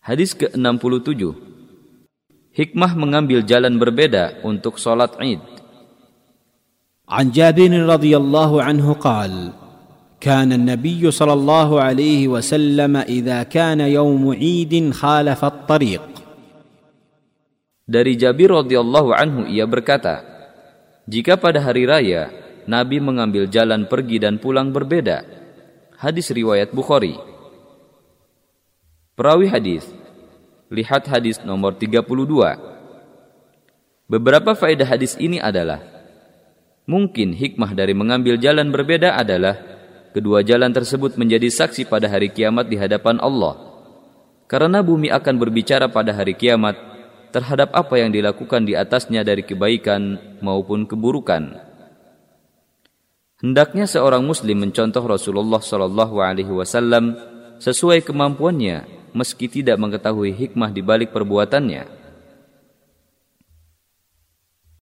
Hadis ke-67. Hikmah mengambil jalan berbeda untuk salat Id. عن جابر رضي الله عنه قال: كان النبي صلى الله عليه وسلم إذا كان يوم عيد خالف الطريق. Dari Jabir radhiyallahu anhu ia berkata, jika pada hari raya Nabi mengambil jalan pergi dan pulang berbeda. Hadis riwayat Bukhari. Perawi hadis, lihat hadis nomor 32. Beberapa faedah hadis ini adalah: mungkin hikmah dari mengambil jalan berbeda adalah kedua jalan tersebut menjadi saksi pada hari kiamat di hadapan Allah. Karena bumi akan berbicara pada hari kiamat terhadap apa yang dilakukan di atasnya dari kebaikan maupun keburukan. Hendaknya seorang muslim mencontoh Rasulullah SAW sesuai kemampuannya meski tidak mengetahui hikmah di balik perbuatannya.